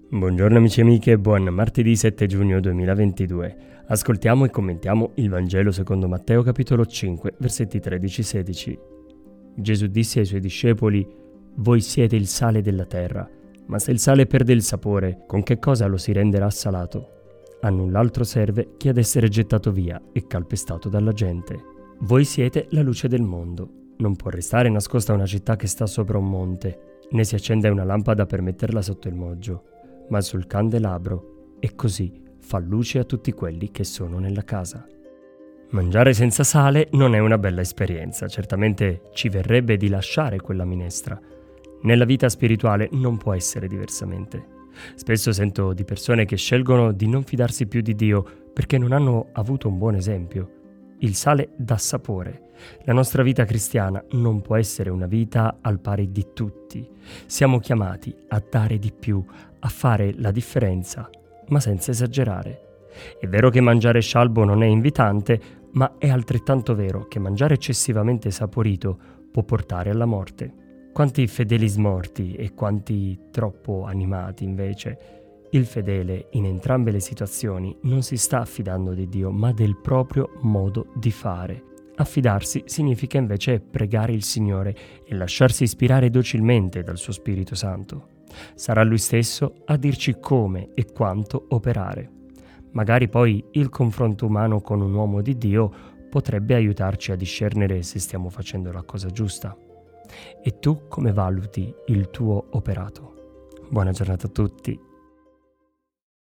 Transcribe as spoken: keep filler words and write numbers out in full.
Buongiorno amici e amiche, buon martedì sette giugno duemilaventidue. Ascoltiamo e commentiamo il Vangelo secondo Matteo capitolo cinque, versetti tredici sedici. Gesù disse ai suoi discepoli: «Voi siete il sale della terra, ma se il sale perde il sapore, con che cosa lo si renderà salato? A null'altro serve che ad essere gettato via e calpestato dalla gente. Voi siete la luce del mondo. Non può restare nascosta una città che sta sopra un monte, né si accende una lampada per metterla sotto il moggio, ma sul candelabro, e così fa luce a tutti quelli che sono nella casa». Mangiare senza sale non è una bella esperienza, certamente ci verrebbe di lasciare quella minestra. Nella vita spirituale non può essere diversamente. Spesso sento di persone che scelgono di non fidarsi più di Dio perché non hanno avuto un buon esempio. Il sale dà sapore. La nostra vita cristiana non può essere una vita al pari di tutti. Siamo chiamati a dare di più, a fare la differenza, ma senza esagerare. È vero che mangiare scialbo non è invitante, ma è altrettanto vero che mangiare eccessivamente saporito può portare alla morte. Quanti fedeli smorti e quanti troppo animati invece. Il fedele in entrambe le situazioni non si sta affidando di Dio, ma del proprio modo di fare. Affidarsi significa invece pregare il Signore e lasciarsi ispirare docilmente dal suo Spirito Santo. Sarà Lui stesso a dirci come e quanto operare. Magari poi il confronto umano con un uomo di Dio potrebbe aiutarci a discernere se stiamo facendo la cosa giusta. E tu come valuti il tuo operato? Buona giornata a tutti.